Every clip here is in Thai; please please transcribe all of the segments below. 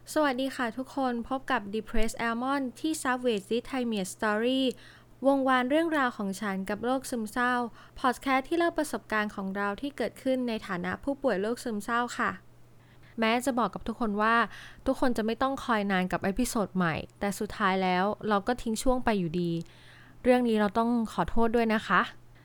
สวัสดีค่ะทุกคนพบกับ Depressed Almond ที่ Savage This Thai Mere Story วงวานเรื่องราวของฉันกับโรคซึมเศร้าพอดแคสต์ที่เล่าประสบการณ์ของเราที่เกิดขึ้นในฐานะผู้ป่วยโรคซึมเศร้าค่ะแม้จะบอกกับทุกคนว่าทุกคนจะไม่ต้องคอยนานกับเอพิโซดใหม่แต่สุดท้ายแล้วเราก็ทิ้งช่วงไปอยู่ดีเรื่องนี้เราต้องขอโทษด้วยนะคะ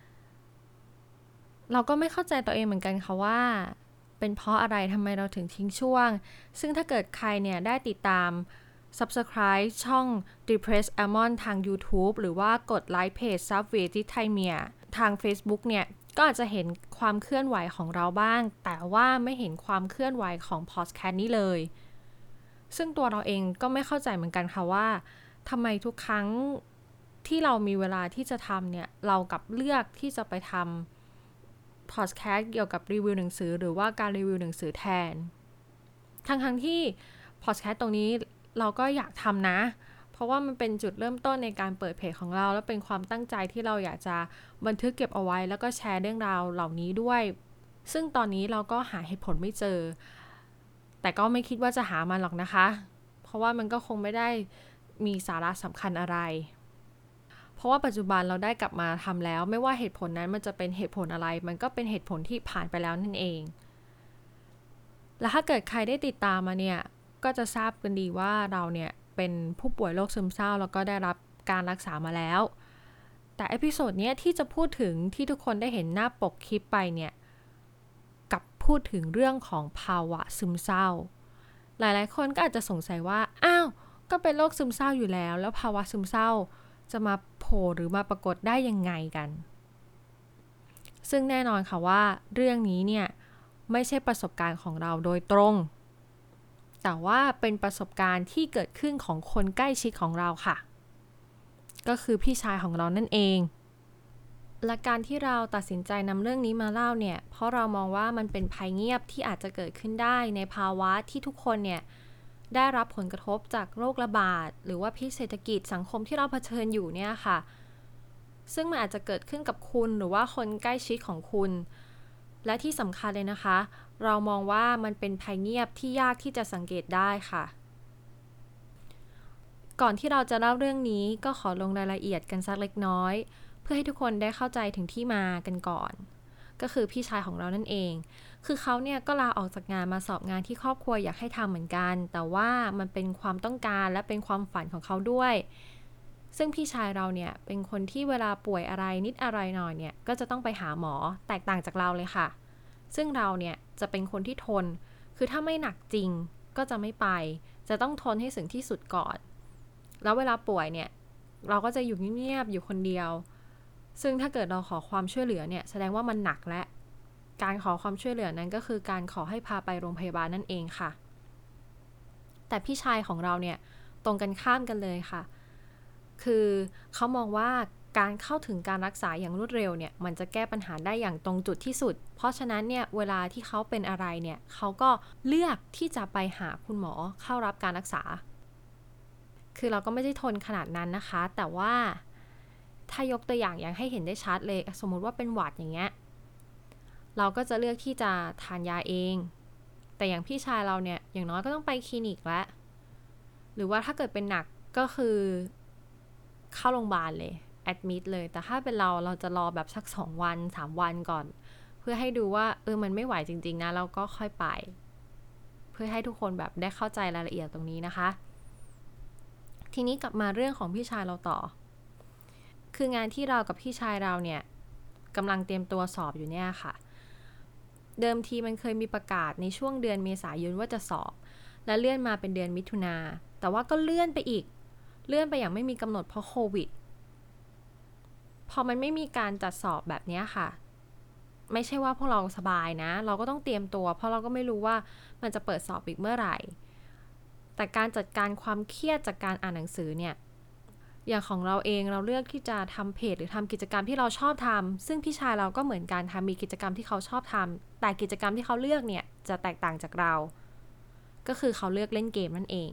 เราก็ไม่เข้าใจตัวเองเหมือนกันค่ะว่าเป็นเพราะอะไรทำไมเราถึงทิ้งช่วงซึ่งถ้าเกิดใครเนี่ยได้ติดตาม Subscribe ช่อง Depressed Almond ทาง YouTube หรือว่ากดไลค์เพจ Subway ที่ไทยเมียทาง Facebook เนี่ยก็อาจจะเห็นความเคลื่อนไหวของเราบ้างแต่ว่าไม่เห็นความเคลื่อนไหวของพอดแคสต์นี้เลยซึ่งตัวเราเองก็ไม่เข้าใจเหมือนกันค่ะว่าทำไมทุกครั้งที่เรามีเวลาที่จะทำเนี่ยเรากลับเลือกที่จะไปทำพอดแคสต์เกี่ยวกับรีวิวหนังสือหรือว่าการรีวิวหนังสือแทนทั้งที่พอดแคสต์ตรงนี้เราก็อยากทำนะเพราะว่ามันเป็นจุดเริ่มต้นในการเปิดเพจของเราและเป็นความตั้งใจที่เราอยากจะบันทึกเก็บเอาไว้แล้วก็แชร์เรื่องราวเหล่านี้ด้วยซึ่งตอนนี้เราก็หาเหตุผลไม่เจอแต่ก็ไม่คิดว่าจะหามันหรอกนะคะเพราะว่ามันก็คงไม่ได้มีสาระสำคัญอะไรเพราะว่าปัจจุบันเราได้กลับมาทำแล้วไม่ว่าเหตุผลนั้นมันจะเป็นเหตุผลอะไรมันก็เป็นเหตุผลที่ผ่านไปแล้วนั่นเองแล้วถ้าเกิดใครได้ติดตามมาเนี่ยก็จะทราบกันดีว่าเราเนี่ยเป็นผู้ป่วยโรคซึมเศร้าแล้วก็ได้รับการรักษามาแล้วแต่เอพิโซดนี้ที่จะพูดถึงที่ทุกคนได้เห็นหน้าปกคลิปไปเนี่ยกับพูดถึงเรื่องของภาวะซึมเศร้าหลายๆคนก็อาจจะสงสัยว่าอ้าวก็เป็นโรคซึมเศร้าอยู่แล้วภาวะซึมเศร้าจะมาโผล่หรือมาปรากฏได้ยังไงกันซึ่งแน่นอนค่ะว่าเรื่องนี้เนี่ยไม่ใช่ประสบการณ์ของเราโดยตรงแต่ว่าเป็นประสบการณ์ที่เกิดขึ้นของคนใกล้ชิดของเราค่ะก็คือพี่ชายของเรานั่นเองและการที่เราตัดสินใจนำเรื่องนี้มาเล่าเนี่ยเพราะเรามองว่ามันเป็นภัยเงียบที่อาจจะเกิดขึ้นได้ในภาวะที่ทุกคนเนี่ยได้รับผลกระทบจากโรคระบาดหรือว่าพิษเศรษฐกิจสังคมที่เราเผชิญอยู่เนี่ยค่ะซึ่งมันอาจจะเกิดขึ้นกับคุณหรือว่าคนใกล้ชิดของคุณและที่สำคัญเลยนะคะเรามองว่ามันเป็นภัยเงียบที่ยากที่จะสังเกตได้ค่ะก่อนที่เราจะเล่าเรื่องนี้ก็ขอลงรายละเอียดกันสักเล็กน้อยเพื่อให้ทุกคนได้เข้าใจถึงที่มากันก่อนก็คือพี่ชายของเรานั่นเองคือเขาเนี่ยก็ลาออกจากงานมาสอบงานที่ครอบครัวอยากให้ทำเหมือนกันแต่ว่ามันเป็นความต้องการและเป็นความฝันของเขาด้วยซึ่งพี่ชายเราเนี่ยเป็นคนที่เวลาป่วยอะไรนิดอะไรหน่อยเนี่ยก็จะต้องไปหาหมอแตกต่างจากเราเลยค่ะซึ่งเราเนี่ยจะเป็นคนที่ทนคือถ้าไม่หนักจริงก็จะไม่ไปจะต้องทนให้ถึงที่สุดก่อนแล้วเวลาป่วยเนี่ยเราก็จะอยู่เงียบๆอยู่คนเดียวซึ่งถ้าเกิดเราขอความช่วยเหลือเนี่ยแสดงว่ามันหนักและการขอความช่วยเหลือนั้นก็คือการขอให้พาไปโรงพยาบาลนั่นเองค่ะแต่พี่ชายของเราเนี่ยตรงกันข้ามกันเลยค่ะคือเขามองว่าการเข้าถึงการรักษาอย่างรวดเร็วเนี่ยมันจะแก้ปัญหาได้อย่างตรงจุดที่สุดเพราะฉะนั้นเนี่ยเวลาที่เขาเป็นอะไรเนี่ยเขาก็เลือกที่จะไปหาคุณหมอเข้ารับการรักษาคือเราก็ไม่ได้ทนขนาดนั้นนะคะแต่ว่าถ้ายกตัวอย่างให้เห็นได้ชัดเลยสมมุติว่าเป็นหวัดอย่างเงี้ยเราก็จะเลือกที่จะทานยาเองแต่อย่างพี่ชายเราเนี่ยอย่างน้อยก็ต้องไปคลินิกแล้วหรือว่าถ้าเกิดเป็นหนักก็คือเข้าโรงพยาบาลเลยแอดมิดเลยแต่ถ้าเป็นเราจะรอแบบสัก2วัน3วันก่อนเพื่อให้ดูว่ามันไม่ไหวจริงๆนะแล้วก็ค่อยไปเพื่อให้ทุกคนแบบได้เข้าใจรายละเอียดตรงนี้นะคะทีนี้กลับมาเรื่องของพี่ชายเราต่อคืองานที่เรากับพี่ชายเราเนี่ยกำลังเตรียมตัวสอบอยู่เนี่ยค่ะเดิมทีมันเคยมีประกาศในช่วงเดือนเมษายนว่าจะสอบและเลื่อนมาเป็นเดือนมิถุนาแต่ว่าก็เลื่อนไปอีกเลื่อนไปอย่างไม่มีกำหนดเพราะโควิดพอมันไม่มีการจัดสอบแบบนี้ค่ะไม่ใช่ว่าพวกเราสบายนะเราก็ต้องเตรียมตัวเพราะเราก็ไม่รู้ว่ามันจะเปิดสอบอีกเมื่อไหร่แต่การจัดการความเครียดจากการอ่านหนังสือเนี่ยอย่างของเราเองเราเลือกที่จะทำเพจหรือทำกิจกรรมที่เราชอบทำซึ่งพี่ชายเราก็เหมือนกันค่ะมีกิจกรรมที่เขาชอบทำแต่กิจกรรมที่เขาเลือกเนี่ยจะแตกต่างจากเราก็คือเขาเลือกเล่นเกมนั่นเอง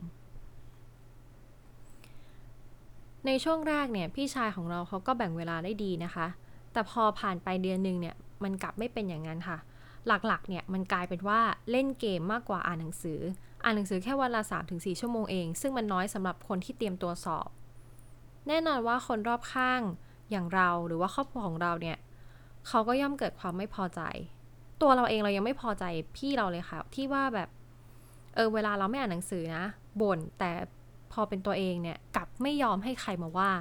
ในช่วงแรกเนี่ยพี่ชายของเราเขาก็แบ่งเวลาได้ดีนะคะแต่พอผ่านไปเดือนนึงเนี่ยมันกลับไม่เป็นอย่างนั้นค่ะหลักๆเนี่ยมันกลายเป็นว่าเล่นเกมมากกว่าอ่านหนังสืออ่านหนังสือแค่วันละ 3-4 ชั่วโมงเองซึ่งมันน้อยสำหรับคนที่เตรียมตัวสอบแน่นอนว่าคนรอบข้างอย่างเราหรือว่าครอบครัวของเราเนี่ยเขาก็ย่อมเกิดความไม่พอใจตัวเราเองเรายังไม่พอใจพี่เราเลยค่ะที่ว่าแบบเวลาเราไม่อ่านหนังสือนะบ่นแต่พอเป็นตัวเองเนี่ยกลับไม่ยอมให้ใครมาว่า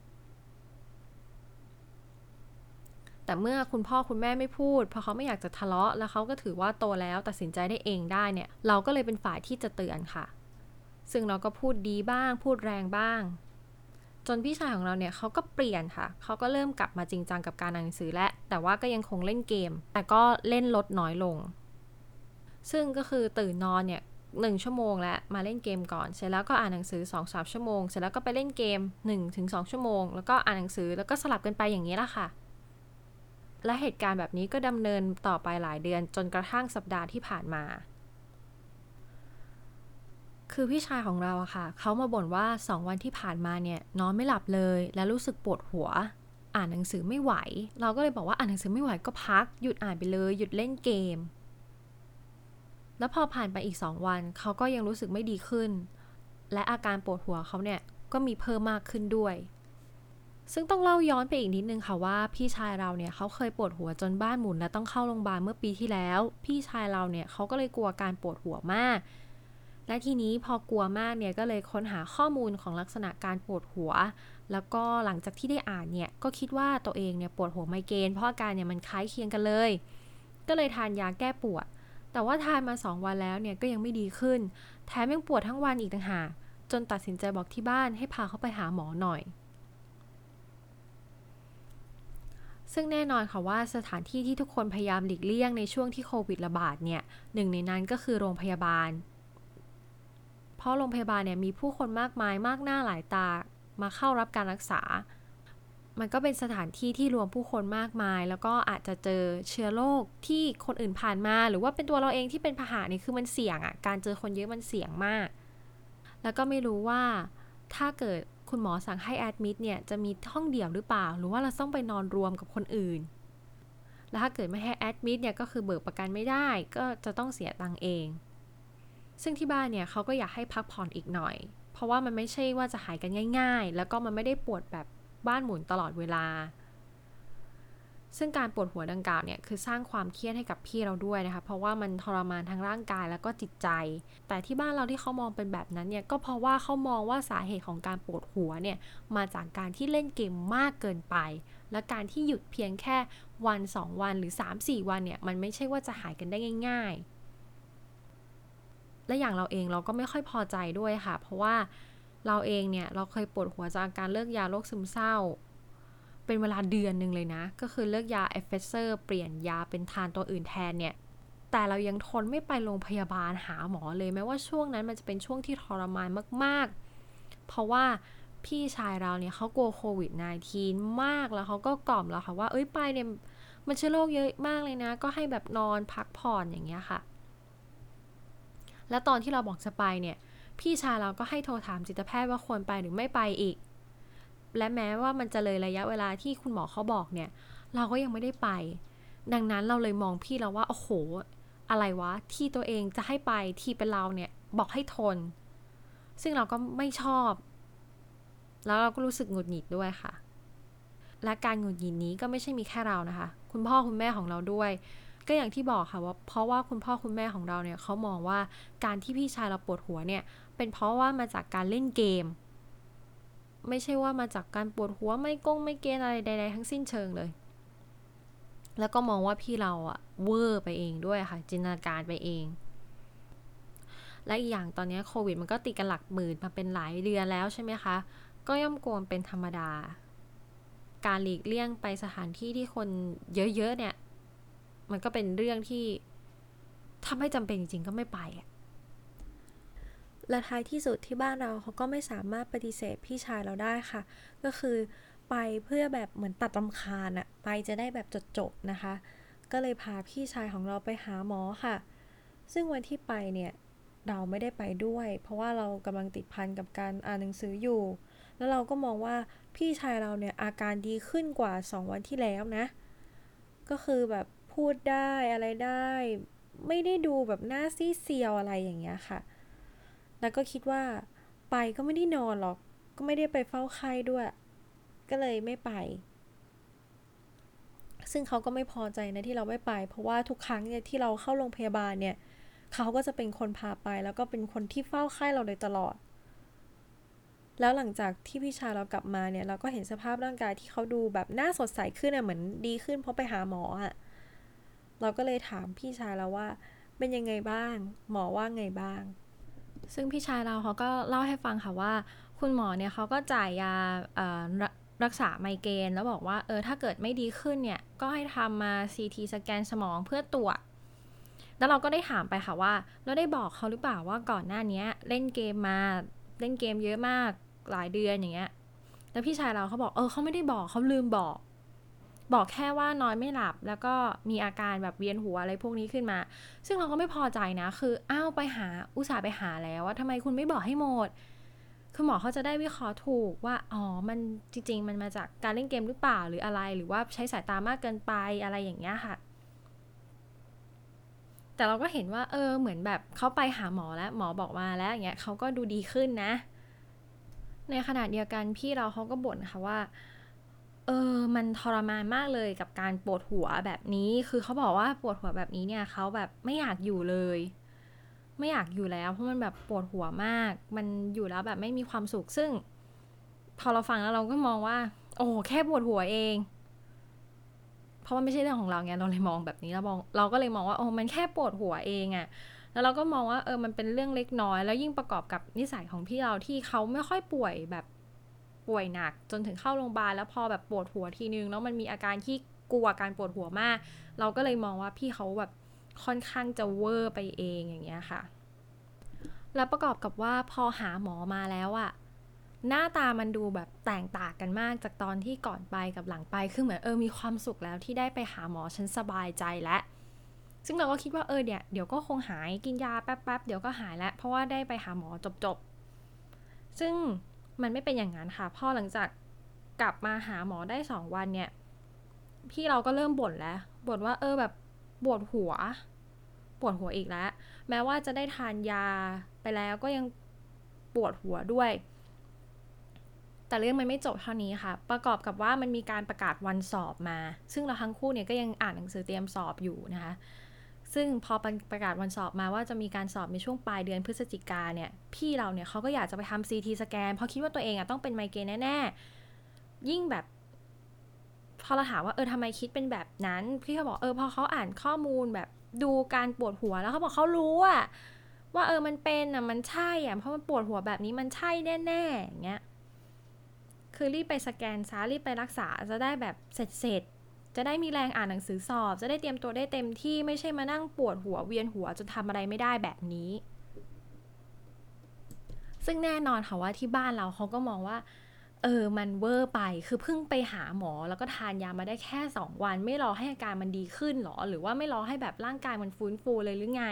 แต่เมื่อคุณพ่อคุณแม่ไม่พูดเพราะเขาไม่อยากจะทะเลาะแล้วเขาก็ถือว่าโตแล้วตัดสินใจได้เองได้เนี่ยเราก็เลยเป็นฝ่ายที่จะเตือนค่ะซึ่งเราก็พูดดีบ้างพูดแรงบ้างจนพี่ชายของเราเนี่ยเขาก็เปลี่ยนค่ะเขาก็เริ่มกลับมาจริงจังกับการอ่านหนังสือและแต่ว่าก็ยังคงเล่นเกมแต่ก็เล่นลดน้อยลงซึ่งก็คือตื่นนอนเนี่ย1 ชั่วโมงแล้วมาเล่นเกมก่อนเสร็จแล้วก็อ่านหนังสือ 2-3 ชั่วโมงเสร็จแล้วก็ไปเล่นเกม 1-2 ชั่วโมงแล้วก็อ่านหนังสือแล้วก็สลับกันไปอย่างนี้ละค่ะและเหตุการณ์แบบนี้ก็ดำเนินต่อไปหลายเดือนจนกระทั่งสัปดาห์ที่ผ่านมาคือพี่ชายของเราอะค่ะเขามาบ่นว่า2 วันที่ผ่านมาเนี่ยนอนไม่หลับเลยและรู้สึกปวดหัวอ่านหนังสือไม่ไหวเราก็เลยบอกว่าอ่านหนังสือไม่ไหวก็พักหยุดอ่านไปเลยหยุดเล่นเกมแล้วพอผ่านไปอีก2 วันเขาก็ยังรู้สึกไม่ดีขึ้นและอาการปวดหัวเขาเนี่ยก็มีเพิ่มมากขึ้นด้วยซึ่งต้องเล่าย้อนไปอีกนิดนึงค่ะว่าพี่ชายเราเนี่ยเขาเคยปวดหัวจนบ้านหมุนและต้องเข้าโรงพยาบาลเมื่อปีที่แล้วพี่ชายเราเนี่ยเขาก็เลยกลัวการปวดหัวมากและทีนี้พอกลัวมากเนี่ยก็เลยค้นหาข้อมูลของลักษณะการปวดหัวแล้วก็หลังจากที่ได้อ่านเนี่ยก็คิดว่าตัวเองเนี่ยปวดหัวไมเกรนเพราะอาการเนี่ยมันคล้ายเคียงกันเลยก็เลยทานยาแก้ปวดแต่ว่าทานมา2 วันแล้วเนี่ยก็ยังไม่ดีขึ้นแถมยังปวดทั้งวันอีกต่างหากจนตัดสินใจบอกที่บ้านให้พาเขาไปหาหมอหน่อยซึ่งแน่นอนค่ะว่าสถานที่ที่ทุกคนพยายามหลีกเลี่ยงในช่วงที่โควิดระบาดเนี่ยหนึ่งในนั้นก็คือโรงพยาบาลเพราะโรงพยาบาลเนี่ยมีผู้คนมากมายมากหน้าหลายตามาเข้ารับการรักษามันก็เป็นสถานที่ที่รวมผู้คนมากมายแล้วก็อาจจะเจอเชื้อโรคที่คนอื่นผ่านมาหรือว่าเป็นตัวเราเองที่เป็นพาหะเนี่ยคือมันเสี่ยงอ่ะการเจอคนเยอะมันเสี่ยงมากแล้วก็ไม่รู้ว่าถ้าเกิดคุณหมอสั่งให้แอดมิดเนี่ยจะมีห้องเดี่ยวหรือเปล่าหรือว่าเราต้องไปนอนรวมกับคนอื่นแล้วถ้าเกิดไม่ให้แอดมิดเนี่ยก็คือเบิกประกันไม่ได้ก็จะต้องเสียตังค์เองซึ่งที่บ้านเนี่ยเขาก็อยากให้พักผ่อนอีกหน่อยเพราะว่ามันไม่ใช่ว่าจะหายกันง่ายๆแล้วก็มันไม่ได้ปวดแบบบ้านหมุนตลอดเวลาซึ่งการปวดหัวดังกล่าวเนี่ยคือสร้างความเครียดให้กับพี่เราด้วยนะคะเพราะว่ามันทรมานทั้งร่างกายแล้วก็จิตใจแต่ที่บ้านเราที่เขามองเป็นแบบนั้นเนี่ยก็เพราะว่าเขามองว่าสาเหตุของการปวดหัวเนี่ยมาจากการที่เล่นเกมมากเกินไปและการที่หยุดเพียงแค่วัน2 วันหรือ3-4 วันเนี่ยมันไม่ใช่ว่าจะหายกันได้ง่ายๆและอย่างเราเองเราก็ไม่ค่อยพอใจด้วยค่ะเพราะว่าเราเองเนี่ยเราเคยปวดหัวจากการเลิกยาโรคซึมเศร้าเป็นเวลาเดือนนึงเลยนะก็คือเลิกยาเอฟเฟสเซอร์เปลี่ยนยาเป็นทานตัวอื่นแทนเนี่ยแต่เรายังทนไม่ไปโรงพยาบาลหาหมอเลยแม้ว่าช่วงนั้นมันจะเป็นช่วงที่ทรมานมากๆเพราะว่าพี่ชายเราเนี่ยเขากลัวโควิด -19 มากแล้วเขาก็กล่อมเราค่ะว่าไปเนี่ยมันเชื้อโรคเยอะมากเลยนะก็ให้แบบนอนพักผ่อนอย่างเงี้ยค่ะและตอนที่เราบอกจะไปเนี่ยพี่ชายเราก็ให้โทรถามจิตแพทย์ว่าควรไปหรือไม่ไปอีก และแม้ว่ามันจะเลยระยะเวลาที่คุณหมอเขาบอกเนี่ยเราก็ยังไม่ได้ไปดังนั้นเราเลยมองพี่แล้วว่าโอ้โหอะไรวะที่ตัวเองจะให้ไปที่เป็นเราเนี่ยบอกให้ทนซึ่งเราก็ไม่ชอบแล้วเราก็รู้สึกหงุดหงิดด้วยค่ะและการหงุดหงิดนี้ก็ไม่ใช่มีแค่เรานะคะคุณพ่อคุณแม่ของเราด้วยก็อย่างที่บอกค่ะว่าเพราะว่าคุณพ่อคุณแม่ของเราเนี่ยเขามองว่าการที่พี่ชายเราปวดหัวเนี่ยเป็นเพราะว่ามาจากการเล่นเกม ไม่ใช่ว่ามาจากการปวดหัวไม่เกณฑ์อะไรใดๆทั้งสิ้นเชิงเลยแล้วก็มองว่าพี่เราอะเวอร์ไปเองด้วยค่ะจินตนาการไปเองและอีกอย่างตอนนี้โควิดมันก็ติดกันหลักหมื่นมาเป็นหลายเดือนแล้วใช่ไหมคะก็ย่อมกลัวเป็นธรรมดาการหลีกเลี่ยงไปสถานที่ที่คนเยอะๆเนี่ยมันก็เป็นเรื่องที่ถ้าไม่จำเป็นจริงๆก็ไม่ไปอะ และท้ายที่สุดที่บ้านเราเขาก็ไม่สามารถปฏิเสธพี่ชายเราได้ค่ะก็คือไปเพื่อแบบเหมือนตัดรำคาญอะไปจะได้แบบจบๆนะคะก็เลยพาพี่ชายของเราไปหาหมอค่ะซึ่งวันที่ไปเนี่ยเราไม่ได้ไปด้วยเพราะว่าเรากำลังติดพันกับการอ่านหนังสืออยู่แล้วเราก็มองว่าพี่ชายเราเนี่ยอาการดีขึ้นกว่า2 วันที่แล้วนะก็คือแบบพูดได้อะไรได้ไม่ได้ดูแบบหน้าซีดเซียวอะไรอย่างเงี้ยค่ะแล้วก็คิดว่าไปก็ไม่ได้นอนหรอกก็ไม่ได้ไปเฝ้าไข้ด้วยก็เลยไม่ไปซึ่งเขาก็ไม่พอใจนะที่เราไม่ไปเพราะว่าทุกครั้งเนี่ยที่เราเข้าโรงพยาบาลเนี่ยเขาก็จะเป็นคนพาไปแล้วก็เป็นคนที่เฝ้าไข้เราโดยตลอดแล้วหลังจากที่พี่ชายเรากลับมาเนี่ยเราก็เห็นสภาพร่างกายที่เขาดูแบบหน้าสดใสขึ้นอะเหมือนดีขึ้นเพราะไปหาหมออะเราก็เลยถามพี่ชายเราว่าเป็นยังไงบ้างหมอว่าไงบ้างซึ่งพี่ชายเราเขาก็เล่าให้ฟังค่ะว่าคุณหมอเนี่ยเขาก็จ่ายยารักษาไมเกรนแล้วบอกว่าถ้าเกิดไม่ดีขึ้นเนี่ยก็ให้ทำมา CT สแกนสมองเพื่อตรวจแล้วเราก็ได้ถามไปค่ะว่าเราได้บอกเขาหรือเปล่าว่าก่อนหน้านี้เล่นเกมมาเล่นเกมเยอะมากหลายเดือนอย่างเงี้ยแล้วพี่ชายเราเขาบอกเขาไม่ได้บอกเขาลืมบอกแค่ว่านอนไม่หลับแล้วก็มีอาการแบบเวียนหัวอะไรพวกนี้ขึ้นมาซึ่งเราก็ไม่พอใจนะคือไปหาอุตส่าห์ไปหาแล้วว่าทำไมคุณไม่บอกให้หมดคือหมอเขาจะได้วิเคราะห์ถูกว่ามันจริงๆมันมาจากการเล่นเกมหรือเปล่าหรืออะไรหรือว่าใช้สายตามากเกินไปอะไรอย่างเงี้ยค่ะแต่เราก็เห็นว่าเหมือนแบบเขาไปหาหมอแล้วหมอบอกมาแล้วอย่างเงี้ยเขาก็ดูดีขึ้นนะในขณะเดียวกันพี่เราเขาก็บ่นค่ะว่า มันทรมานมากเลยกับการปวดหัวแบบนี้คือเขาบอกว่าปวดหัวแบบนี้เนี่ยเขาแบบไม่อยากอยู่เลยไม่อยากอยู่แล้วเพราะมันแบบปวดหัวมากมันอยู่แล้วแบบไม่มีความสุขซึ่งพอเราฟังแล้วเราก็มองว่าโอ้แค่ปวดหัวเองเพราะมันไม่ใช่เรื่องของเราไงเราเลยมองแบบนี้เราก็เลยมองว่ามันแค่ปวดหัวเองอะแล้วเราก็มองว่ามันเป็นเรื่องเล็กน้อยแล้วยิ่งประกอบกับนิสัยของพี่เราที่เขาไม่ค่อยป่วยแบบ ป่วยหนักจนถึงเข้าโรงพยาบาลแล้วพอแบบปวดหัวทีนึงแล้วมันมีอาการที่กลัวการปวดหัวมากเราก็เลยมองว่าพี่เขาแบบค่อนข้างจะเวอร์ไปเองอย่างเงี้ยค่ะแล้วประกอบกับว่าพอหาหมอมาแล้วอะหน้าตามันดูแบบแตกต่างกันมากจากตอนที่ก่อนไปกับหลังไปคือเหมือนมีความสุขแล้วที่ได้ไปหาหมอฉันสบายใจแล้วซึ่งเราก็คิดว่าเดี๋ยวก็คงหายกินยาแป๊บๆเดี๋ยวก็หายแล้วเพราะว่าได้ไปหาหมอจบๆซึ่งมันไม่เป็นอย่างนั้นค่ะพอหลังจากกลับมาหาหมอได้2 วันเนี่ย พี่เราก็เริ่มบ่นแล้วบ่นว่าแบบปวดหัวอีกแล้วแม้ว่าจะได้ทานยาไปแล้วก็ยังปวดหัวด้วยแต่เรื่องมันไม่จบเท่านี้ค่ะประกอบกับว่ามันมีการประกาศวันสอบมาซึ่งเราทั้งคู่เนี่ยก็ยังอ่านหนังสือเตรียมสอบอยู่นะคะซึ่งพอประกาศวันสอบมาว่าจะมีการสอบในช่วงปลายเดือนพฤศจิกาเนี่ยพี่เราเนี่ยเขาก็อยากจะไปทำ CT สแกนเพราะคิดว่าตัวเองต้องเป็นไมเกรนแน่ๆยิ่งแบบ พอเราถามว่าทำไมคิดเป็นแบบนั้นพี่เขาบอกพอเขาอ่านข้อมูลแบบดูการปวดหัวแล้วเขาบอกเขารู้อะว่ามันเป็นอะมันใช่อะเพราะมันปวดหัวแบบนี้มันใช่แน่ๆอย่างเงี้ยคือรีบไปสแกนซะรีบไปรักษาจะได้แบบเสร็จจะได้มีแรงอ่านหนังสือสอบจะได้เตรียมตัวได้เต็มที่ไม่ใช่มานั่งปวดหัวเวียนหัวจนทำอะไรไม่ได้แบบนี้ซึ่งแน่นอนค่ะว่าที่บ้านเราเขาก็มองว่า มันเวอร์ไป คือเพิ่งไปหาหมอแล้วก็ทานยามาได้แค่2 วันไม่รอให้อาการมันดีขึ้นหรอหรือว่าไม่รอให้แบบร่างกายมันฟื้นฟูเลยหรือไง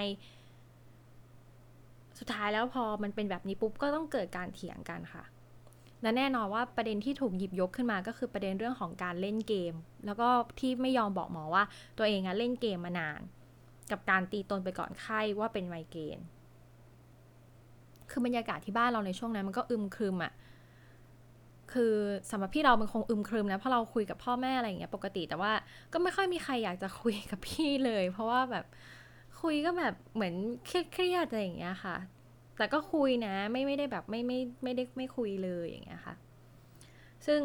สุดท้ายแล้วพอมันเป็นแบบนี้ปุ๊บก็ต้องเกิดการเถียงกันค่ะ และแน่นอนว่าประเด็นที่ถูกหยิบยกขึ้นมาก็คือประเด็นเรื่องของการเล่นเกม แล้วก็ที่ไม่ยอมบอกหมอว่าตัวเองเล่นเกมมานานกับการตีตนไปก่อนไข้ว่าเป็นไมเกรนคือบรรยากาศที่บ้านเราในช่วงนั้นมันก็อึมครึมอะ คือสำหรับพี่เรามันคงอึมครึมนะเพราะเราคุยกับพ่อแม่อะไรอย่างเงี้ยปกติแต่ว่าก็ไม่ค่อยมีใครอยากจะคุยกับพี่เลยเพราะว่าแบบคุยก็แบบเหมือนเครียดอะไรอย่างเงี้ยค่ะแต่ก็คุยนะไม่ได้แบบไม่ได้ไม่คุยเลยอย่างเงี้ยค่ะซึ่ง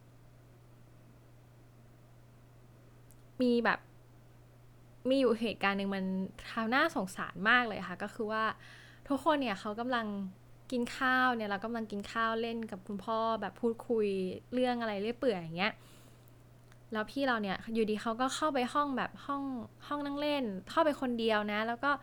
มีแบบมีอยู่เหตุการณ์หนึ่งมันทำน่าสงสารมากเลยค่ะก็คือว่าทุกคนเนี่ยเขากำลังกินข้าวเนี่ยเรากำลังกินข้าวเล่นกับคุณพ่อแบบพูดคุยเรื่องอะไรเรื่อยเปื่อยอย่างเงี้ย แล้วพี่เราเนี่ยอยู่ดีเขาก็เข้าไปห้องแบบห้องนั่งเล่นเข้าไปคนเดียวนะแล้วก็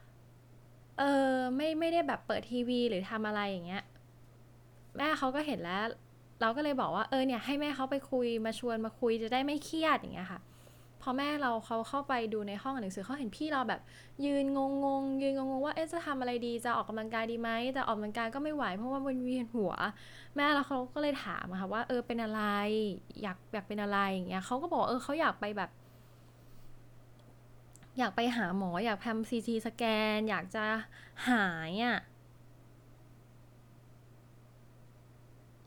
ไม่ได้แบบเปิดทีวีหรือทำอะไรอย่างเงี้ยแม่เขาก็เห็นแล้วเราก็เลยบอกว่าเนี่ยให้แม่เขาไปคุยมาชวนมาคุยจะได้ไม่เครียดอย่างเงี้ยค่ะพอแม่เราเขาเข้าไปดูในห้องอ่านหนังสือเขาเห็นพี่เราแบบยืนงงว่าจะทำอะไรดีจะออกกำลังกายดีไหมแต่ออกกำลังกายก็ไม่ไหวเพราะว่ามันเวียนหัวแม่เราเขาก็เลยถามค่ะว่าเป็นอะไรอยากเป็นอะไรอย่างเงี้ยเขาก็บอกเขาอยากไปแบบ อยากไปหาหมออยากทำซีทีสแกนอยากจะหายอ่ะ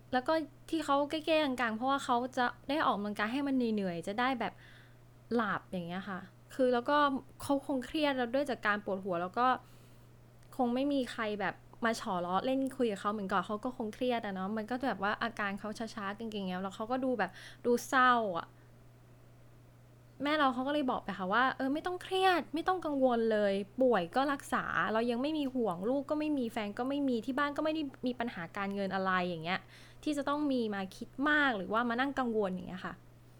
แล้วก็ที่เขาแก้ๆกลางๆเพราะว่าเขาจะได้ออกกำลังกายให้มันเหนื่อยๆจะได้แบบหลับอย่างเงี้ยค่ะคือแล้วก็เขาคงเครียดแล้วด้วยจากการปวดหัวแล้วก็คงไม่มีใครแบบมาฉอล้อเล่นคุยกับเขาเหมือนก่อนเขาก็คงเครียดอะเนาะมันก็แบบว่าอาการเขาช้าๆเก่งๆแล้วเขาก็ดูแบบดูเศร้าอะแม่เราเขาก็เลยบอกไปค่ะว่าไม่ต้องเครียดไม่ต้องกังวลเลยป่วยก็รักษาเรายังไม่มีห่วงลูกก็ไม่มีแฟนก็ไม่มีที่บ้านก็ไม่ได้มีปัญหาการเงินอะไรอย่างเงี้ยที่จะต้องมีมาคิดมากหรือว่ามานั่งกังวลอย่างเงี้ยค่ะ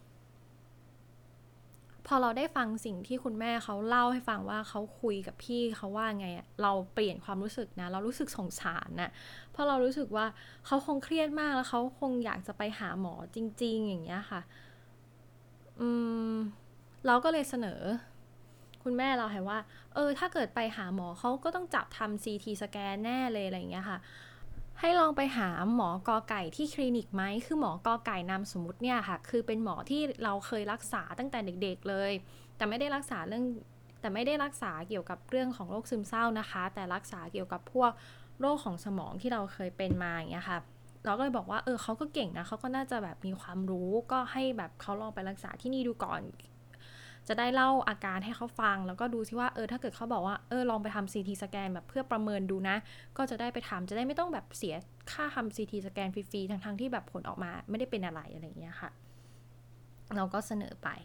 พอเราได้ฟังสิ่งที่คุณแม่เขาเล่าให้ฟังว่าเขาคุยกับพี่เขาว่าไงอะเราเปลี่ยนความรู้สึกนะเรารู้สึกสงสารนะเพราะเรารู้สึกว่าเขาคงเครียดมากแล้วเขาคงอยากจะไปหาหมอจริงๆอย่างเงี้ยค่ะอืมเราก็เลยเสนอคุณแม่เราให้ว่าถ้าเกิดไปหาหมอเขาก็ต้องจับทำซีทีสแกนแน่เลยอะไรอย่างเงี้ยค่ะ ให้ลองไปหาหมอกอไก่ที่คลินิกไหมคือหมอกอไก่นามสมมุติเนี่ยค่ะคือเป็นหมอที่เราเคยรักษาตั้งแต่เด็กๆเลยแต่ไม่ได้รักษาเรื่องแต่ไม่ได้รักษาเกี่ยวกับเรื่องของโรคซึมเศร้านะคะแต่รักษาเกี่ยวกับพวกโรคของสมองที่เราเคยเป็นมาอย่างเงี้ยค่ะเราก็เลยบอกว่าเขาก็เก่งนะเขาก็น่าจะแบบมีความรู้ก็ให้แบบเขาลองไปรักษาที่นี่ดูก่อนจะได้เล่าอาการให้เขาฟังแล้วก็ดูซิว่าถ้าเกิดเขาบอกว่าลองไปทำซีทีสแกนแบบเพื่อประเมินดูนะก็จะได้ไปทำจะได้ไม่ต้องแบบเสียค่าทำซีทีสแกนฟรีๆทั้งๆที่แบบผลออกมาไม่ได้เป็นอะไรอะไรอย่างเงี้ยค่ะเราก็เสนอไป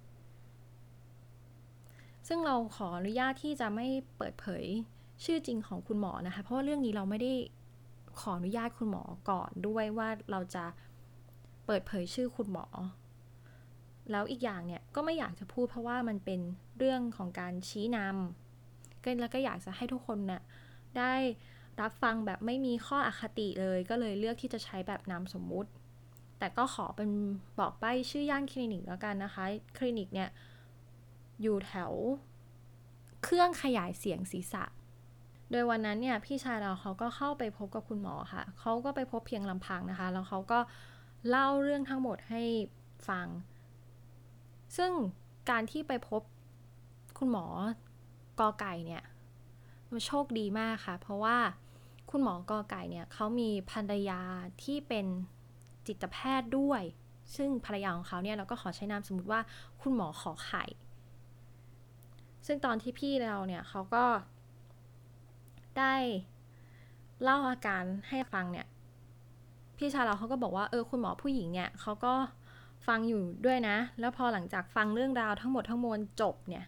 ซึ่งเราขออนุญาตที่จะไม่เปิดเผยชื่อจริงของคุณหมอนะคะเพราะว่าเรื่องนี้เราไม่ได้ขออนุญาตคุณหมอก่อนด้วยว่าเราจะเปิดเผยชื่อคุณหมอ แล้วอีกอย่างเนี่ยก็ไม่อยากจะพูดเพราะว่ามันเป็นเรื่องของการชี้นำแล้วก็อยากจะให้ทุกคนน่ะได้รับฟังแบบไม่มีข้ออคติเลยก็เลยเลือกที่จะใช้แบบนามสมมุติแต่ก็ขอเป็นบอกใบ้ชื่อย่านคลินิกแล้วกันนะคะคลินิกเนี่ยอยู่แถวเครื่องขยายเสียงศีรษะโดยวันนั้นเนี่ยพี่ชายเราเขาก็เข้าไปพบกับคุณหมอค่ะเขาก็ไปพบเพียงลำพังนะคะแล้วเขาก็เล่าเรื่องทั้งหมดให้ฟัง ซึ่งการที่ไปพบคุณหมอกอไก่เนี่ยมันโชคดีมากค่ะเพราะว่าคุณหมอกอไก่เนี่ยเขามีภรรยาที่เป็นจิตแพทย์ด้วยซึ่งภรรยาของเขาเนี่ยเราก็ขอใช้นามสมมติว่าคุณหมอขอไข่ซึ่งตอนที่พี่เราเนี่ยเขาก็ได้เล่าอาการให้ฟังเนี่ยพี่ชายเราเขาก็บอกว่าคุณหมอผู้หญิงเนี่ยเขาก็ฟังอยู่ด้วยนะแล้วพอหลังจากฟังเรื่องราวทั้งหมดทั้งมวลจบเนี่ย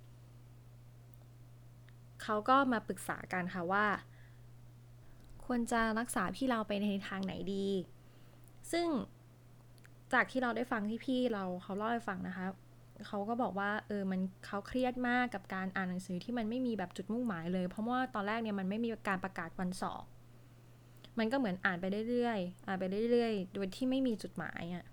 เขาก็มาปรึกษากันค่ะว่าควรจะรักษาพี่เราไปในทางไหนดีซึ่งจากที่เราได้ฟังที่พี่เราเขาเล่าให้ฟังนะคะเขาก็บอกว่ามันเขาเครียดมากกับการอ่านหนังสือที่มันไม่มีแบบจุดมุ่งหมายเลยเพราะว่าตอนแรกเนี่ยมันไม่มีการประกาศวันสอบมันก็เหมือนอ่านไปเรื่อยๆอ่านไปเรื่อยๆโดยที่ไม่มีจุดหมายอ่ะ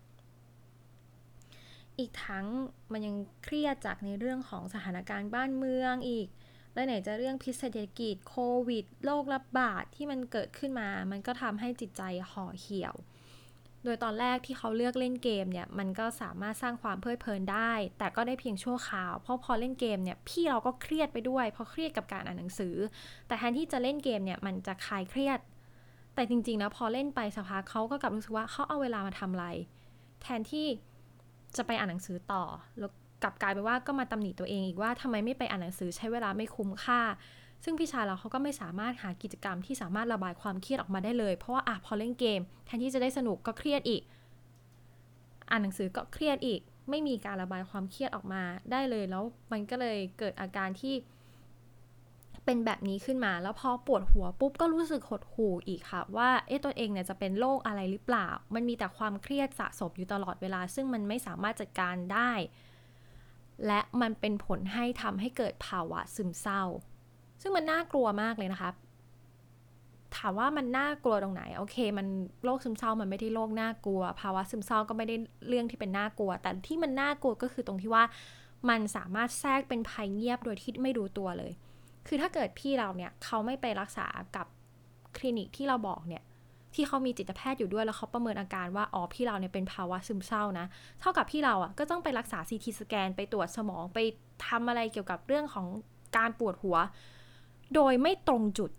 อีกทั้งมันยังเครียดจากในเรื่องของสถานการณ์บ้านเมืองอีก และไหนจะเรื่องพิษเศรษฐกิจโควิดโรคระบาดที่มันเกิดขึ้นมามันก็ทำให้จิตใจห่อเหี่ยวโดยตอนแรกที่เขาเลือกเล่นเกมเนี่ยมันก็สามารถสร้างความเพลิดเพลินได้แต่ก็ได้เพียงชั่วคราวเพราะพอเล่นเกมเนี่ยพี่เราก็เครียดไปด้วยเพราะเครียดกับการอ่านหนังสือแต่แทนที่จะเล่นเกมเนี่ยมันจะคลายเครียดแต่จริงๆแล้วพอเล่นไปสักพักเขาก็กลับรู้สึกว่าเขาเอาเวลามาทำอะไรแทนที่จะไปอ่านหนังสือต่อแล้วกลับกลายเป็นว่าก็มาตำหนิตัวเองอีกว่าทำไมไม่ไปอ่านหนังสือใช้เวลาไม่คุ้มค่าซึ่งพี่ชายเราเขาก็ไม่สามารถหากิจกรรมที่สามารถระบายความเครียดออกมาได้เลยเพราะว่าพอเล่นเกมแทนที่จะได้สนุกก็เครียดอีกอ่านหนังสือก็เครียดอีกไม่มีการระบายความเครียดออกมาได้เลยแล้วมันก็เลยเกิดอาการที่เป็นแบบนี้ขึ้นมาแล้วพอปวดหัวปุ๊บก็รู้สึกหดหู่อีกค่ะว่าตัวเองเนี่ยจะเป็นโรคอะไรหรือเปล่ามันมีแต่ความเครียดสะสมอยู่ตลอดเวลาซึ่งมันไม่สามารถจัดการได้ และมันเป็นผลให้ทำให้เกิดภาวะซึมเศร้าซึ่งมันน่ากลัวมากเลยนะคะถามว่ามันน่ากลัวตรงไหนโอเคมันโรคซึมเศร้ามันไม่ได้โรคน่ากลัวภาวะซึมเศร้าก็ไม่ได้เรื่องที่เป็นน่ากลัวแต่ที่มันน่ากลัวก็คือตรงที่ว่ามันสามารถแทรกเป็นภัยเงียบโดยที่ไม่รู้ตัวเลยคือถ้าเกิดพี่เราเนี่ยเขาไม่ไปรักษากับคลินิกที่เราบอกเนี่ยที่เขามีจิตแพทย์อยู่ด้วยแล้วเขาประเมินอาการว่าพี่เราเนี่ยเป็นภาวะซึมเศร้านะเท่ากับพี่เราก็ต้องไปรักษาซีทีสแกนไปตรวจสมองไปทำอะไรเกี่ยวกับเรื่องของการปวดหัวโดยไม่ตรงจุด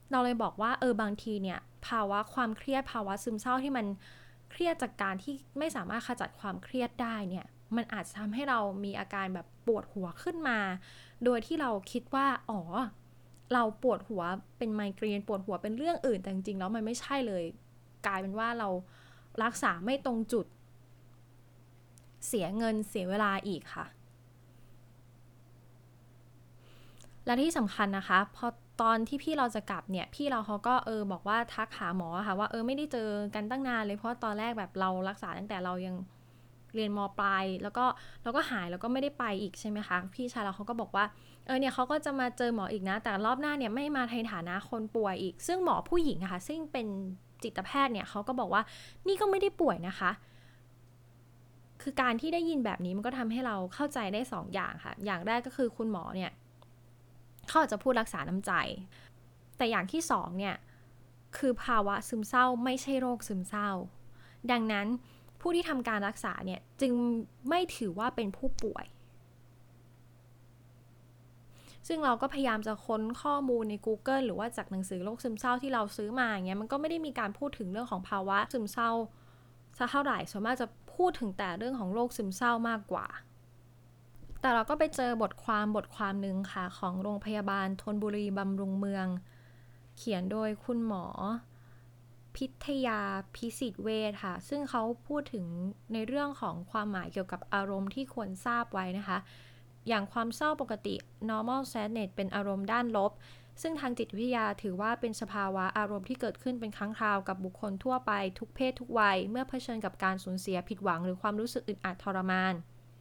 เราเลยบอกว่าบางทีเนี่ยภาวะความเครียดภาวะซึมเศร้าที่มันเครียดจากการที่ไม่สามารถขจัดความเครียดได้เนี่ยมันอาจจะทำให้เรามีอาการแบบปวดหัวขึ้นมาโดยที่เราคิดว่าเราปวดหัวเป็นไมเกรนปวดหัวเป็นเรื่องอื่นแต่จริงๆแล้วมันไม่ใช่เลยกลายเป็นว่าเรารักษาไม่ตรงจุดเสียเงินเสียเวลาอีกค่ะและที่สำคัญนะคะพอตอนที่พี่เราจะกลับเนี่ยพี่เราเขาก็บอกว่าทักหาหมอค่ะว่าไม่ได้เจอกันตั้งนานเลยเพราะตอนแรกแบบเรารักษาตั้งแต่เรายังเรียนม.ปลายแล้วก็เราก็หายแล้วก็ไม่ได้ไปอีกใช่ไหมคะพี่ชายเราเขาก็บอกว่าเนี่ยเขาก็จะมาเจอหมออีกนะแต่รอบหน้าเนี่ยไม่มาในฐานะคนป่วยอีกซึ่งหมอผู้หญิงอะค่ะซึ่งเป็นจิตแพทย์เนี่ยเขาก็บอกว่านี่ก็ไม่ได้ป่วยนะคะคือการที่ได้ยินแบบนี้มันก็ทำให้เราเข้าใจได้2 อย่างค่ะอย่างแรกก็คือคุณหมอเนี่ยเขาอาจจะพูดรักษาน้ำใจแต่อย่างที่2เนี่ยคือภาวะซึมเศร้าไม่ใช่โรคซึมเศร้าดังนั้นผู้ที่ทำการรักษาเนี่ยจึงไม่ถือว่าเป็นผู้ป่วยซึ่งเราก็พยายามจะค้นข้อมูลใน Google หรือว่าจากหนังสือโรคซึมเศร้าที่เราซื้อมาอย่างเงี้ยมันก็ไม่ได้มีการพูดถึงเรื่องของภาวะซึมเศร้าสักเท่าไหร่ส่วนมากจะพูดถึงแต่เรื่องของโรคซึมเศร้ามากกว่าแต่เราก็ไปเจอบทความนึงค่ะของโรงพยาบาลธนบุรีบำรุงเมืองเขียนโดยคุณหมอพิทยาพิสิทธิ์เวชค่ะซึ่งเขาพูดถึงในเรื่องของความหมายเกี่ยวกับอารมณ์ที่ควรทราบไว้นะคะอย่างความเศร้าปกติ normal sadness เป็นอารมณ์ด้านลบซึ่งทางจิตวิทยาถือว่าเป็นสภาวะอารมณ์ที่เกิดขึ้นเป็นครั้งคราวกับบุคคลทั่วไปทุกเพศทุกวัยเมื่อเผชิญกับการสูญเสียผิดหวังหรือความรู้สึกอึดอัดทรมาน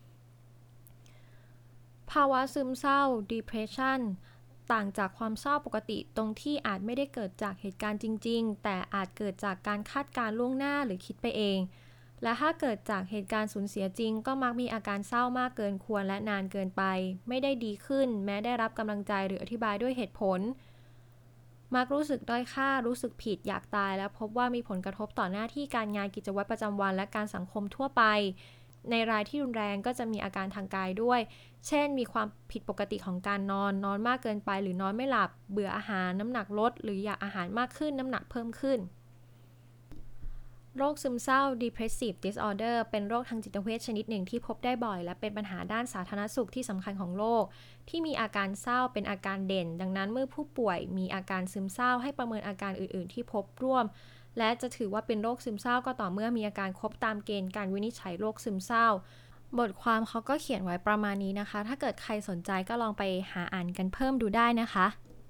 ภาวะซึมเศร้า depression ต่างจากความเศร้าปกติตรงที่อาจไม่ได้เกิดจากเหตุการณ์จริงๆแต่อาจเกิดจากการคาดการณ์ล่วงหน้าหรือคิดไปเองและถ้าเกิดจากเหตุการณ์สูญเสียจริงก็มักมีอาการเศร้ามากเกินควรและนานเกินไปไม่ได้ดีขึ้นแม้ได้รับกำลังใจหรืออธิบายด้วยเหตุผลมักรู้สึกด้อยค่ารู้สึกผิดอยากตายและพบว่ามีผลกระทบต่อหน้าที่การงานกิจวัตรประจำวันและการสังคมทั่วไปในรายที่รุนแรงก็จะมีอาการทางกายด้วยเช่นมีความผิดปกติของการนอนมากเกินไปหรือนอนไม่หลับเบื่ออาหารน้ำหนักลดหรืออยากอาหารมากขึ้นน้ำหนักเพิ่มขึ้นโรคซึมเศร้า depressive disorder เป็นโรคทางจิตเวชชนิดหนึ่งที่พบได้บ่อยและเป็นปัญหาด้านสาธารณสุขที่สำคัญของโลกที่มีอาการเศร้าเป็นอาการเด่นดังนั้นเมื่อผู้ป่วยมีอาการซึมเศร้าให้ประเมินอาการอื่นๆที่พบร่วมและจะถือว่าเป็นโรคซึมเศร้าก็ต่อเมื่อมีอาการครบตามเกณฑ์การวินิจฉัยโรคซึมเศร้าบทความเขาก็เขียนไว้ประมาณนี้นะคะถ้าเกิดใครสนใจก็ลองไปหาอ่านกันเพิ่มดูได้นะคะ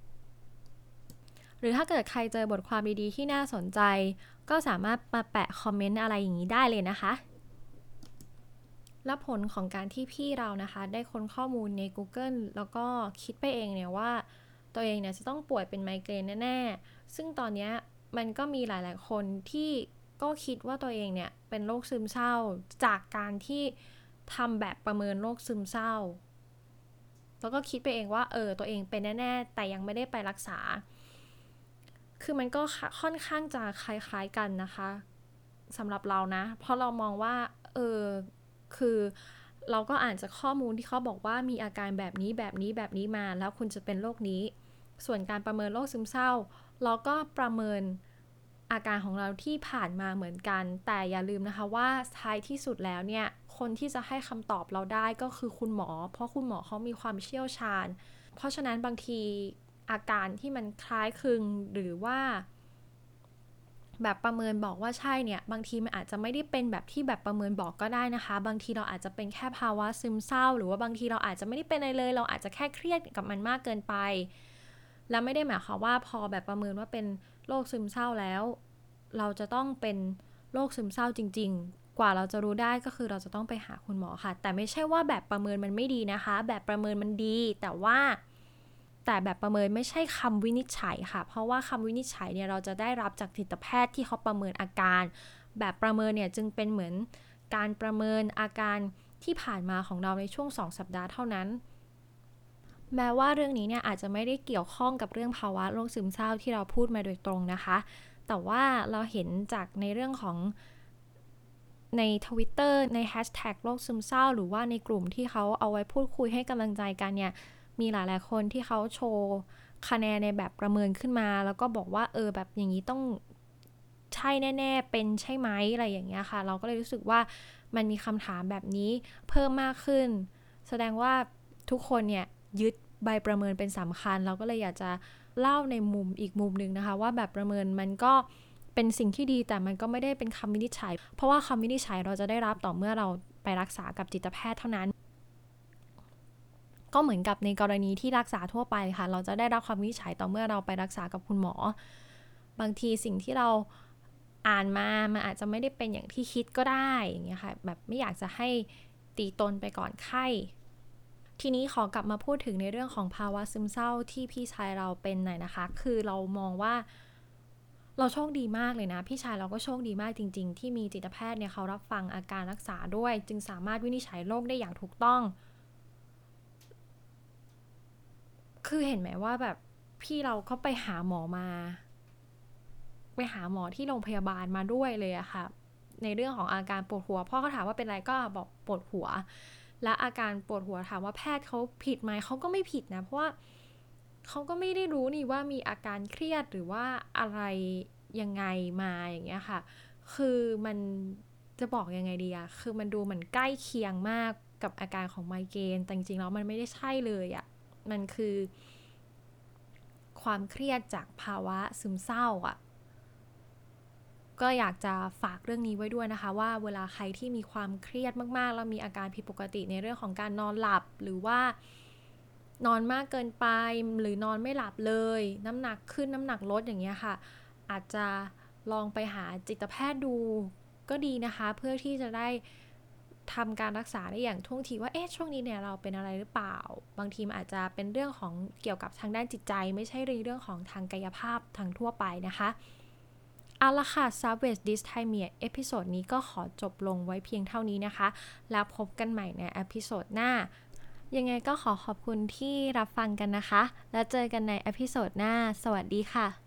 หรือถ้าเกิดใครเจอบทความดีๆที่น่าสนใจก็สามารถมาแปะคอมเมนต์อะไรอย่างนี้ได้เลยนะคะและผลของการที่พี่เรานะคะได้ค้นข้อมูลใน Google แล้วก็คิดไปเองเนี่ยว่าตัวเองเนี่ยจะต้องป่วยเป็นไมเกรนแน่ๆซึ่งตอนนี้มันก็มีหลายๆคนที่ก็คิดว่าตัวเองเนี่ยเป็นโรคซึมเศร้าจากการที่ทำแบบประเมินโรคซึมเศร้าแล้วก็คิดไปเองว่าตัวเองเป็นแน่ๆแต่ยังไม่ได้ไปรักษาคือมันก็ค่อนข้างจะคล้ายๆกันนะคะสำหรับเรานะเพราะเรามองว่าคือเราก็อ่านจากข้อมูลที่เขาบอกว่ามีอาการแบบนี้มาแล้วคุณจะเป็นโรคนี้ส่วนการประเมินโรคซึมเศร้าเราก็ประเมินอาการของเราที่ผ่านมาเหมือนกันแต่อย่าลืมนะคะว่าท้ายที่สุดแล้วเนี่ยคนที่จะให้คำตอบเราได้ก็คือคุณหมอเพราะคุณหมอเขามีความเชี่ยวชาญเพราะฉะนั้นบางทีอาการที่มันคล้ายคลึงหรือว่าแบบประเมินบอกว่าใช่เนี่ยบางทีมันอาจจะไม่ได้เป็นแบบที่แบบประเมินบอกก็ได้นะคะบางทีเราอาจจะเป็นแค่ภาวะซึมเศร้าหรือว่าบางทีเราอาจจะไม่ได้เป็นอะไรเลยเราอาจจะแค่เครียดกับมันมากเกินไปและไม่ได้หมายความว่าพอแบบประเมินว่าเป็นโรคซึมเศร้าแล้วเราจะต้องเป็นโรคซึมเศร้าจริงๆกว่าเราจะรู้ได้ก็คือเราจะต้องไปหาคุณหมอค่ะแต่ไม่ใช่ว่าแบบประเมินมันไม่ดีนะคะแบบประเมินมันดีแต่แบบประเมินไม่ใช่คำวินิจฉัยค่ะเพราะว่าคำวินิจฉัยเนี่ยเราจะได้รับจากจิตแพทย์ที่เขาประเมินอาการแบบประเมินเนี่ยจึงเป็นเหมือนการประเมินอาการที่ผ่านมาของเราในช่วง2 สัปดาห์เท่านั้นแม้ว่าเรื่องนี้เนี่ยอาจจะไม่ได้เกี่ยวข้องกับเรื่องภาวะโรคซึมเศร้าที่เราพูดมาโดยตรงนะคะแต่ว่าเราเห็นจากในเรื่องของใน Twitter ในแฮชแท็กโรคซึมเศร้าหรือว่าในกลุ่มที่เขาเอาไว้พูดคุยให้กำลังใจกันเนี่ยมีหลายๆคนที่เขาโชว์คะแนนในแบบประเมินขึ้นมาแล้วก็บอกว่าแบบอย่างนี้ต้องใช่แน่ๆเป็นใช่ไหมอะไรอย่างเงี้ยค่ะเราก็เลยรู้สึกว่ามันมีคำถามแบบนี้เพิ่มมากขึ้นแสดงว่าทุกคนเนี่ยยึดใบประเมินเป็นสำคัญเราก็เลยอยากจะเล่าในมุมอีกมุมนึงนะคะว่าแบบประเมินมันก็เป็นสิ่งที่ดีแต่มันก็ไม่ได้เป็นคำวินิจฉัยเพราะว่าคำวินิจฉัยเราจะได้รับต่อเมื่อเราไปรักษากับจิตแพทย์เท่านั้นก็เหมือนกับในกรณีที่รักษาทั่วไปค่ะเราจะได้รับคำวินิจฉัยต่อเมื่อเราไปรักษากับคุณหมอบางทีสิ่งที่เราอ่านมามันอาจจะไม่ได้เป็นอย่างที่คิดก็ได้อย่างเงี้ยค่ะแบบไม่อยากจะให้ตีตนไปก่อนไข้ทีนี้ขอกลับมาพูดถึงในเรื่องของภาวะซึมเศร้าที่พี่ชายเราเป็นหน่อยนะคะคือเรามองว่าเราโชคดีมากเลยนะพี่ชายเราก็โชคดีมากจริงๆที่มีจิตแพทย์เนี่ยเขารับฟังอาการรักษาด้วยจึงสามารถวินิจฉัยโรคได้อย่างถูกต้องคือเห็นไหมว่าแบบพี่เราเขาไปหาหมอมาไปหาหมอที่โรงพยาบาลมาด้วยเลยอะค่ะในเรื่องของอาการปวดหัวพ่อเขาถามว่าเป็นอะไรก็บอกปวดหัวและอาการปวดหัวถามว่าแพทย์เขาผิดไหมเขาก็ไม่ผิดนะเพราะว่าเขาก็ไม่ได้รู้นี่ว่ามีอาการเครียดหรือว่าอะไรยังไงมาอย่างเงี้ยค่ะคือมันจะบอกยังไงดีอะคือมันดูเหมือนใกล้เคียงมากกับอาการของไมเกรนแต่จริงๆแล้วมันไม่ได้ใช่เลยอะมันคือความเครียดจากภาวะซึมเศร้าอะก็อยากจะฝากเรื่องนี้ไว้ด้วยนะคะว่าเวลาใครที่มีความเครียดมากๆแล้วมีอาการผิดปกติในเรื่องของการนอนหลับหรือว่านอนมากเกินไปหรือนอนไม่หลับเลยน้ำหนักขึ้นน้ำหนักลดอย่างเงี้ยค่ะอาจจะลองไปหาจิตแพทย์ดูก็ดีนะคะเพื่อที่จะได้ทำการรักษาได้อย่างท่วงทีว่าช่วงนี้เนี่ยเราเป็นอะไรหรือเปล่าบางทีมันอาจจะเป็นเรื่องของเกี่ยวกับทางด้านจิตใจไม่ใช่เรื่องของทางกายภาพทางทั่วไปนะคะเอาละค่ะ Savage Dysthymia เอพิโซดนี้ก็ขอจบลงไว้เพียงเท่านี้นะคะแล้วพบกันใหม่ในเอพิโซดหน้ายังไงก็ขอขอบคุณที่รับฟังกันนะคะแล้วเจอกันในเอพิโซดหน้าสวัสดีค่ะ